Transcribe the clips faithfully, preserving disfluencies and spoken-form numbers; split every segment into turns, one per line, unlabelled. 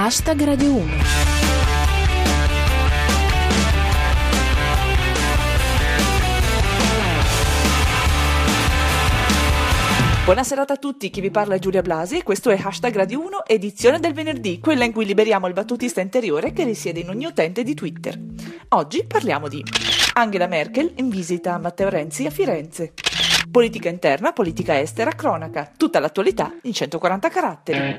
Hashtag Radio uno.
Buona serata a tutti, chi vi parla è Giulia Blasi e questo è Hashtag Radio uno, edizione del venerdì, quella in cui liberiamo il battutista interiore che risiede in ogni utente di Twitter. Oggi parliamo di Angela Merkel in visita a Matteo Renzi a Firenze. Politica interna, politica estera, cronaca, tutta l'attualità in centoquaranta caratteri.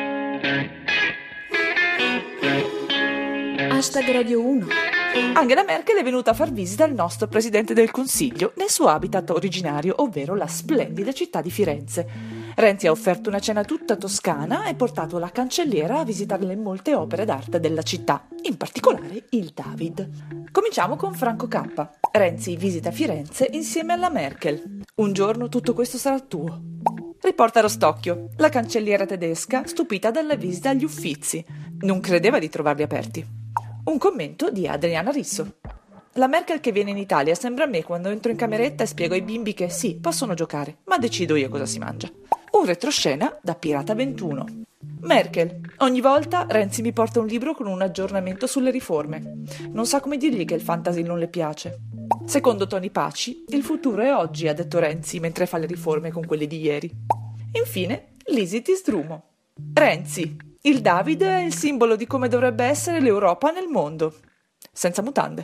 Hashtag Radio uno.
Angela Merkel è venuta a far visita al nostro Presidente del Consiglio nel suo habitat originario, ovvero la splendida città di Firenze. Renzi ha offerto una cena tutta toscana e portato la cancelliera a visitare le molte opere d'arte della città, in particolare il David. Cominciamo con Franco K. Renzi visita Firenze insieme alla Merkel. Un giorno tutto questo sarà tuo. Riporta Rostocchio, la cancelliera tedesca stupita dalla visita agli Uffizi. Non credeva di trovarli aperti. Un commento di Adriana Risso. La Merkel che viene in Italia sembra a me quando entro in cameretta e spiego ai bimbi che sì, possono giocare, ma decido io cosa si mangia. Un retroscena da Pirata ventuno. Merkel. Ogni volta Renzi mi porta un libro con un aggiornamento sulle riforme. Non sa come dirgli che il fantasy non le piace. Secondo Tony Paci, il futuro è oggi, ha detto Renzi mentre fa le riforme con quelle di ieri. Infine, Lisitis Drumo. Renzi. Il David è il simbolo di come dovrebbe essere l'Europa nel mondo. Senza mutande.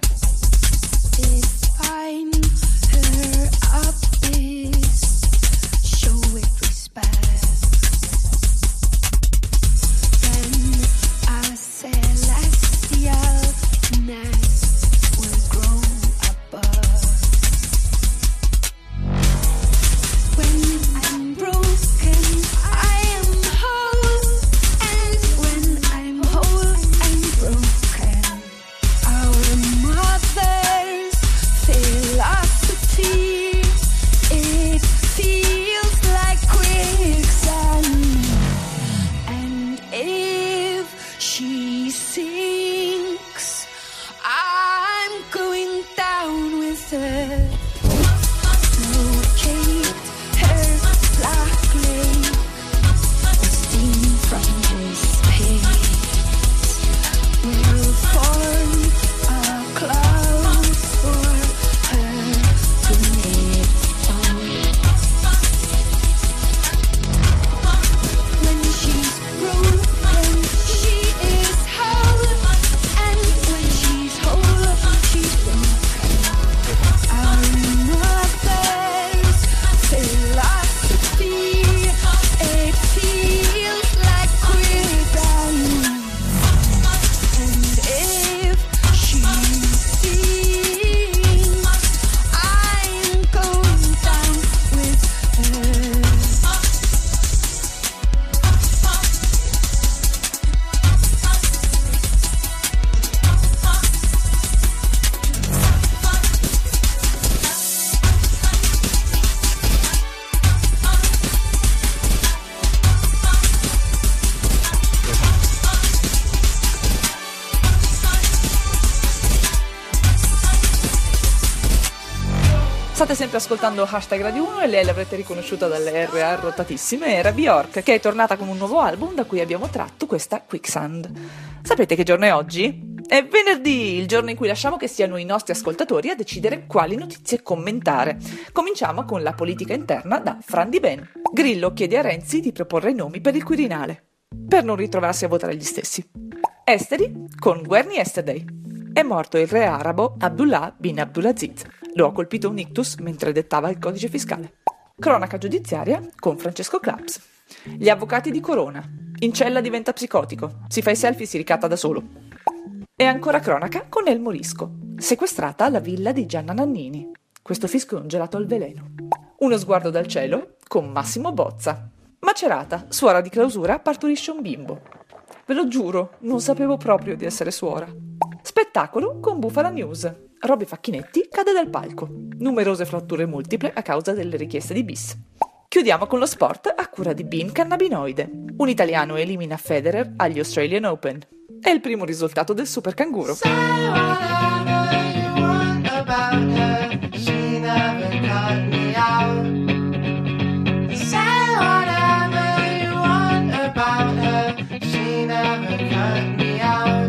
State sempre ascoltando Hashtag Radio uno e lei l'avrete riconosciuta dalle R A rotatissime, era Bjork, che è tornata con un nuovo album da cui abbiamo tratto questa Quicksand. Sapete che giorno è oggi? È venerdì, il giorno in cui lasciamo che siano i nostri ascoltatori a decidere quali notizie commentare. Cominciamo con la politica interna da Fran Di Ben. Grillo chiede a Renzi di proporre i nomi per il Quirinale, per non ritrovarsi a votare gli stessi. Esteri con Guerni Yesterday. È morto il re arabo Abdullah bin Abdulaziz. Lo ha colpito un ictus mentre dettava il codice fiscale. Cronaca giudiziaria con Francesco Claps. Gli avvocati di Corona. In cella diventa psicotico. Si fa i selfie e si ricatta da solo. E ancora cronaca con El Morisco. Sequestrata alla villa di Gianna Nannini. Questo fisco è un gelato al veleno. Uno sguardo dal cielo con Massimo Bozza. Macerata, suora di clausura, partorisce un bimbo. Ve lo giuro, non sapevo proprio di essere suora. Spettacolo con Bufala News. Robby Facchinetti cade dal palco. Numerose fratture multiple a causa delle richieste di bis. Chiudiamo con lo sport a cura di Bean Cannabinoide. Un italiano elimina Federer agli Australian Open. È il primo risultato del super canguro. Say whatever you want about her, she never
cut me out.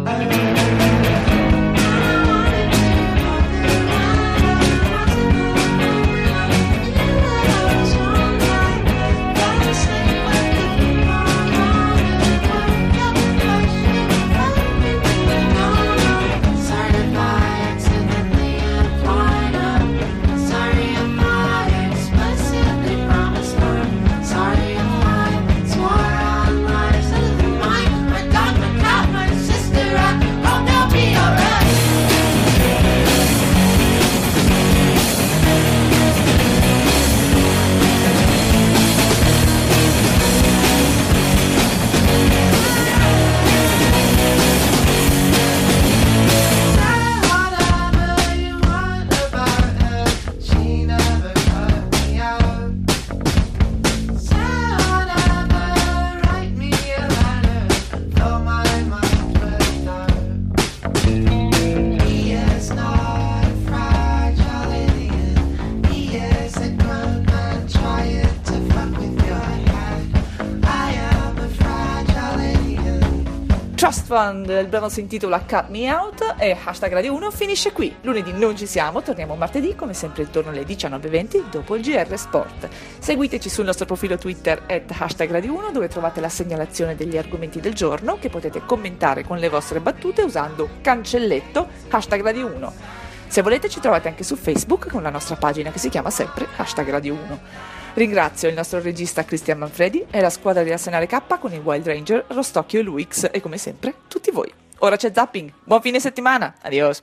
Trust Fund, il brano si intitola Cut Me Out e Hashtag Radio uno finisce qui. Lunedì non ci siamo, torniamo martedì come sempre intorno alle diciannove e venti dopo il G R Sport. Seguiteci sul nostro profilo Twitter at Hashtag Radio uno dove trovate la segnalazione degli argomenti del giorno che potete commentare con le vostre battute usando cancelletto Hashtag Radio uno. Se volete ci trovate anche su Facebook con la nostra pagina che si chiama sempre Hashtag Radio uno. Ringrazio il nostro regista Cristian Manfredi e la squadra di Arsenale K con il Wild Ranger, Rostocchio e Luix e come sempre tutti voi. Ora c'è zapping, buon fine settimana, adios!